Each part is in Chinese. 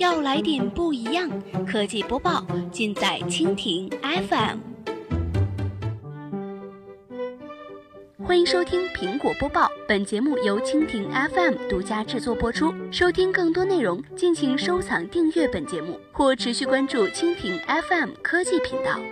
要来点不一样，科技播报尽在蜻蜓 FM。欢迎收听苹果播报，本节目由蜻蜓 FM 独家制作播出。收听更多内容，敬请收藏订阅本节目，或持续关注蜻蜓 FM 科技频道。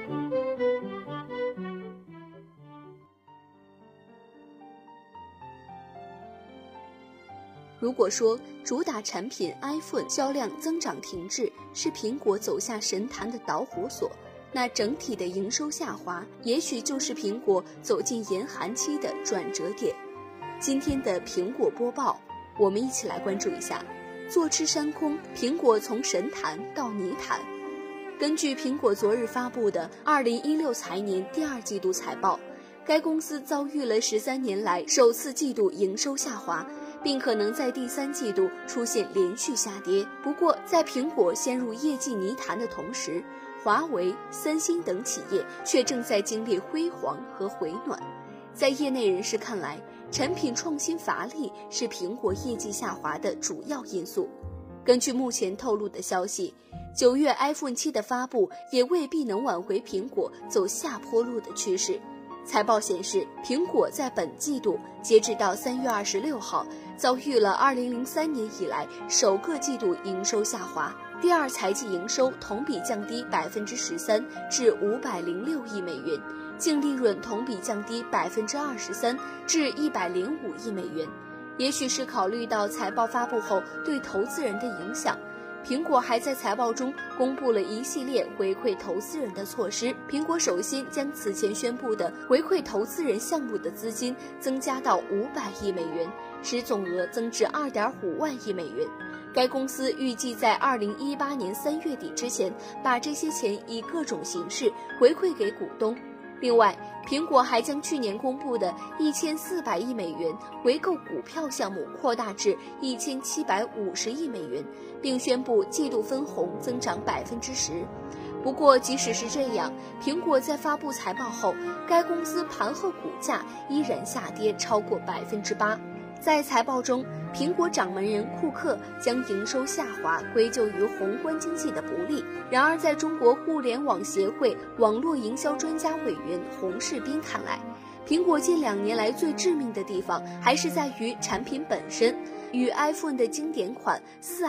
如果说主打产品 iPhone 销量增长停滞是苹果走下神坛的导火索，那整体的营收下滑也许就是苹果走进严寒期的转折点。今天的苹果播报，我们一起来关注一下坐吃山空，苹果从神坛到泥潭。根据苹果昨日发布的2016财年第二季度财报，该公司遭遇了13年来首次季度营收下滑，并可能在第三季度出现连续下跌。不过，在苹果陷入业绩泥潭的同时，华为、三星等企业却正在经历辉煌和回暖。在业内人士看来，产品创新乏力是苹果业绩下滑的主要因素。根据目前透露的消息，9月 iPhone 7的发布也未必能挽回苹果走下坡路的趋势。财报显示，苹果在本季度截止到3月26号，遭遇了2003年以来首个季度营收下滑，第二财季营收同比降低13%至506亿美元，净利润同比降低23%至105亿美元。也许是考虑到财报发布后对投资人的影响，苹果还在财报中公布了一系列回馈投资人的措施。苹果首先将此前宣布的回馈投资人项目的资金增加到500亿美元，使总额增至2.5万亿美元。该公司预计在2018年3月底之前把这些钱以各种形式回馈给股东。另外，苹果还将去年公布的1400亿美元回购股票项目扩大至1750亿美元，并宣布季度分红增长10%。不过，即使是这样，苹果在发布财报后，该公司盘后股价依然下跌超过8%。在财报中，苹果掌门人库克将营收下滑归咎于宏观经济的不利。然而，在中国互联网协会网络营销专家委员洪世斌看来，苹果近2年来最致命的地方还是在于产品本身。与 iPhone 的经典款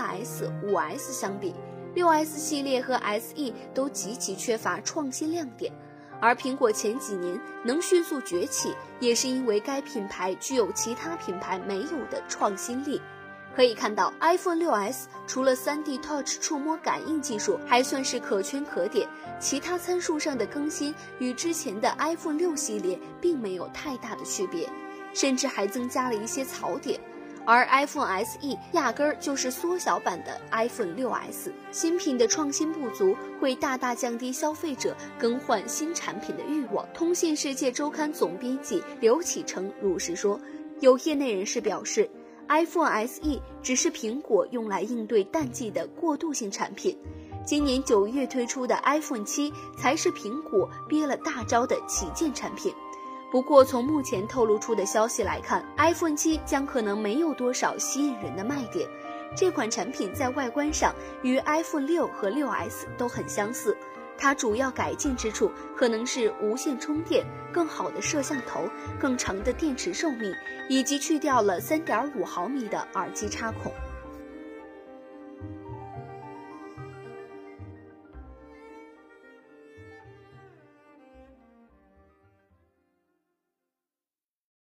4S、5S 相比，6S 系列和 SE 都极其缺乏创新亮点。而苹果前几年能迅速崛起，也是因为该品牌具有其他品牌没有的创新力。可以看到 iPhone 6S 除了 3D Touch 触摸感应技术还算是可圈可点，其他参数上的更新与之前的 iPhone 6系列并没有太大的区别，甚至还增加了一些槽点。而 iPhone SE 压根儿就是缩小版的 iPhone 6S， 新品的创新不足会大大降低消费者更换新产品的欲望。通信世界周刊总编辑刘启成如是说。有业内人士表示， iPhone SE 只是苹果用来应对淡季的过渡性产品，今年9月推出的 iPhone 7才是苹果憋了大招的旗舰产品。不过，从目前透露出的消息来看， iPhone 7将可能没有多少吸引人的卖点。这款产品在外观上与 iPhone 6和 6S 都很相似，它主要改进之处可能是无线充电、更好的摄像头、更长的电池寿命，以及去掉了3.5毫米的耳机插孔。